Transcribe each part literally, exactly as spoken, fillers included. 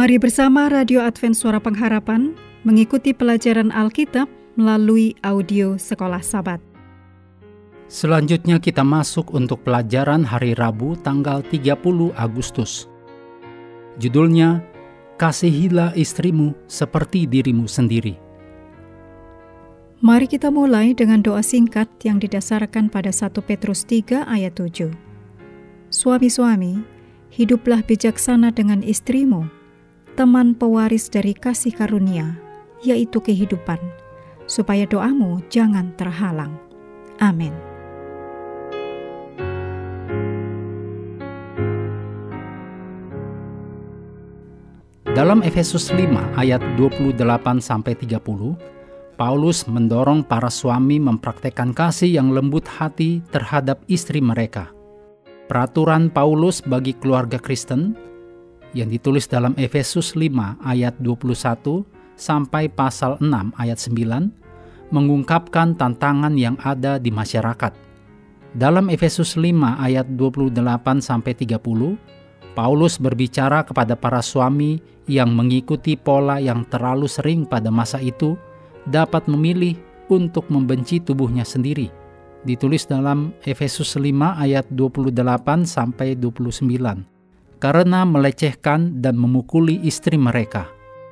Mari bersama Radio Advent Suara Pengharapan mengikuti pelajaran Alkitab melalui audio Sekolah Sabat. Selanjutnya kita masuk untuk pelajaran hari Rabu tanggal tiga puluh Agustus. Judulnya, Kasihilah istrimu seperti dirimu sendiri. Mari kita mulai dengan doa singkat yang didasarkan pada satu Petrus tiga ayat tujuh. Suami-suami, hiduplah bijaksana dengan istrimu, teman pewaris dari kasih karunia, yaitu kehidupan, supaya doamu jangan terhalang. Amin. Dalam Efesus lima ayat dua puluh delapan sampai tiga puluh, Paulus mendorong para suami mempraktekkan kasih yang lembut hati terhadap istri mereka. Peraturan Paulus bagi keluarga Kristen yang ditulis dalam Efesus lima ayat dua puluh satu sampai pasal enam ayat sembilan mengungkapkan tantangan yang ada di masyarakat. Dalam Efesus lima ayat dua puluh delapan sampai tiga puluh, Paulus berbicara kepada para suami yang mengikuti pola yang terlalu sering pada masa itu dapat memilih untuk membenci tubuhnya sendiri. Ditulis dalam Efesus lima ayat dua puluh delapan sampai dua puluh sembilan. Karena melecehkan dan memukuli istri mereka.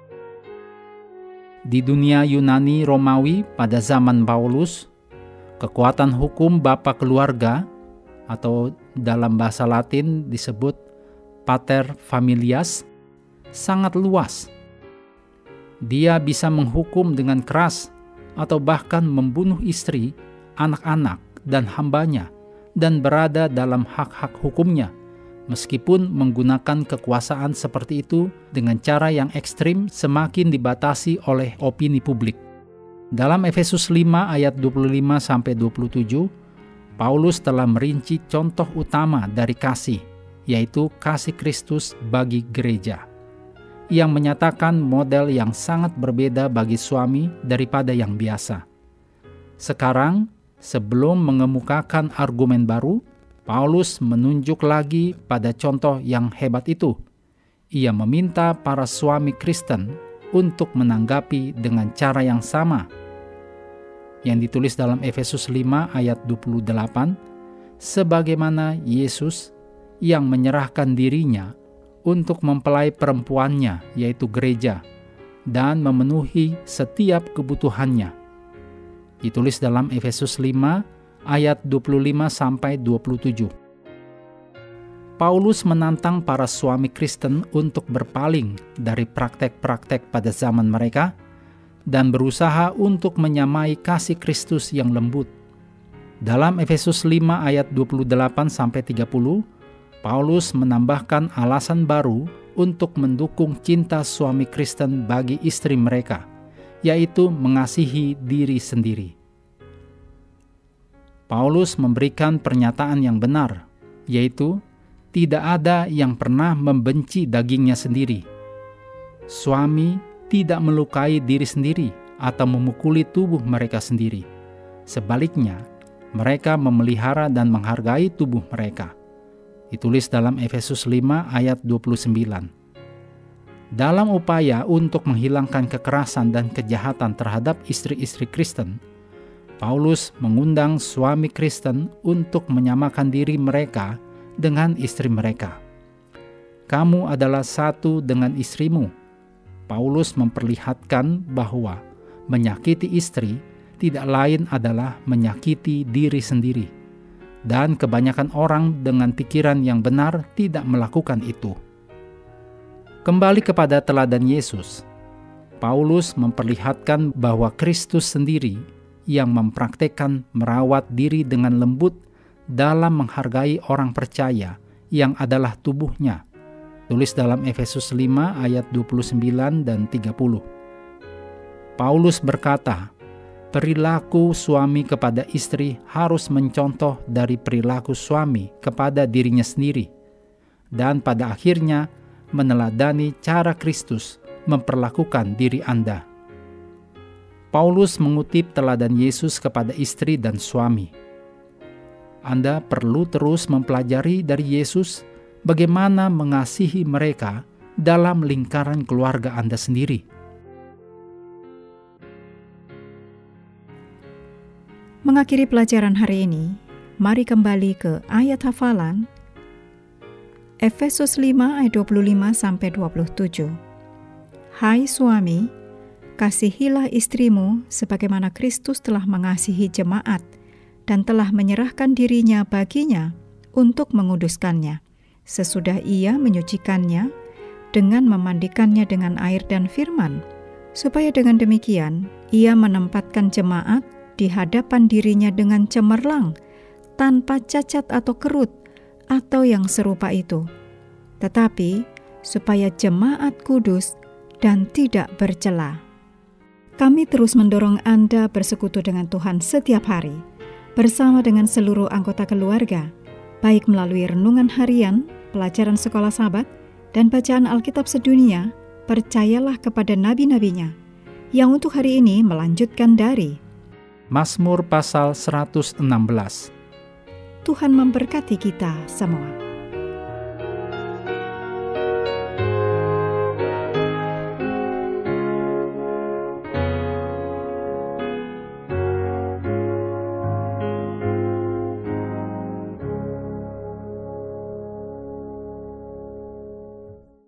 Di dunia Yunani Romawi pada zaman Paulus, kekuatan hukum bapa keluarga atau dalam bahasa Latin disebut pater familias sangat luas. Dia bisa menghukum dengan keras atau bahkan membunuh istri, anak-anak, dan hambanya dan berada dalam hak-hak hukumnya, meskipun menggunakan kekuasaan seperti itu dengan cara yang ekstrim semakin dibatasi oleh opini publik. Dalam Efesus lima ayat dua puluh lima sampai dua puluh tujuh, Paulus telah merinci contoh utama dari kasih, yaitu kasih Kristus bagi gereja, yang menyatakan model yang sangat berbeda bagi suami daripada yang biasa. Sekarang, sebelum mengemukakan argumen baru, Paulus menunjuk lagi pada contoh yang hebat itu. Ia meminta para suami Kristen untuk menanggapi dengan cara yang sama. Yang ditulis dalam Efesus lima ayat dua puluh delapan, sebagaimana Yesus yang menyerahkan dirinya untuk mempelai perempuannya, yaitu gereja, dan memenuhi setiap kebutuhannya. Ditulis dalam Efesus lima ayat dua puluh lima sampai dua puluh tujuh. Paulus menantang para suami Kristen untuk berpaling dari praktek-praktek pada zaman mereka dan berusaha untuk menyamai kasih Kristus yang lembut. Dalam Efesus lima ayat dua puluh delapan sampai tiga puluh, Paulus menambahkan alasan baru untuk mendukung cinta suami Kristen bagi istri mereka, yaitu mengasihi diri sendiri. Paulus memberikan pernyataan yang benar, yaitu tidak ada yang pernah membenci dagingnya sendiri. Suami tidak melukai diri sendiri atau memukuli tubuh mereka sendiri. Sebaliknya, mereka memelihara dan menghargai tubuh mereka. Ditulis dalam Efesus lima ayat dua puluh sembilan. Dalam upaya untuk menghilangkan kekerasan dan kejahatan terhadap istri-istri Kristen, Paulus mengundang suami Kristen untuk menyamakan diri mereka dengan istri mereka. Kamu adalah satu dengan istrimu. Paulus memperlihatkan bahwa menyakiti istri tidak lain adalah menyakiti diri sendiri. Dan kebanyakan orang dengan pikiran yang benar tidak melakukan itu. Kembali kepada teladan Yesus, Paulus memperlihatkan bahwa Kristus sendiri yang mempraktekkan merawat diri dengan lembut dalam menghargai orang percaya yang adalah tubuhnya. Tulis dalam Efesus lima ayat dua puluh sembilan dan tiga puluh. Paulus berkata, perilaku suami kepada istri harus mencontoh dari perilaku suami kepada dirinya sendiri, dan pada akhirnya meneladani cara Kristus memperlakukan diri Anda. Paulus mengutip teladan Yesus kepada istri dan suami. Anda perlu terus mempelajari dari Yesus bagaimana mengasihi mereka dalam lingkaran keluarga Anda sendiri. Mengakhiri pelajaran hari ini, mari kembali ke ayat hafalan Efesus lima ayat dua puluh lima sampai dua puluh tujuh. Hai suami, kasihilah istrimu sebagaimana Kristus telah mengasihi jemaat dan telah menyerahkan dirinya baginya untuk menguduskannya, sesudah ia menyucikannya dengan memandikannya dengan air dan firman, supaya dengan demikian ia menempatkan jemaat di hadapan dirinya dengan cemerlang, tanpa cacat atau kerut, atau yang serupa itu, tetapi supaya jemaat kudus dan tidak bercela. Kami terus mendorong Anda bersekutu dengan Tuhan setiap hari, bersama dengan seluruh anggota keluarga, baik melalui renungan harian, pelajaran sekolah Sabat, dan bacaan Alkitab sedunia. Percayalah kepada nabi-nabinya, yang untuk hari ini melanjutkan dari Mazmur pasal seratus enam belas. Tuhan memberkati kita semua.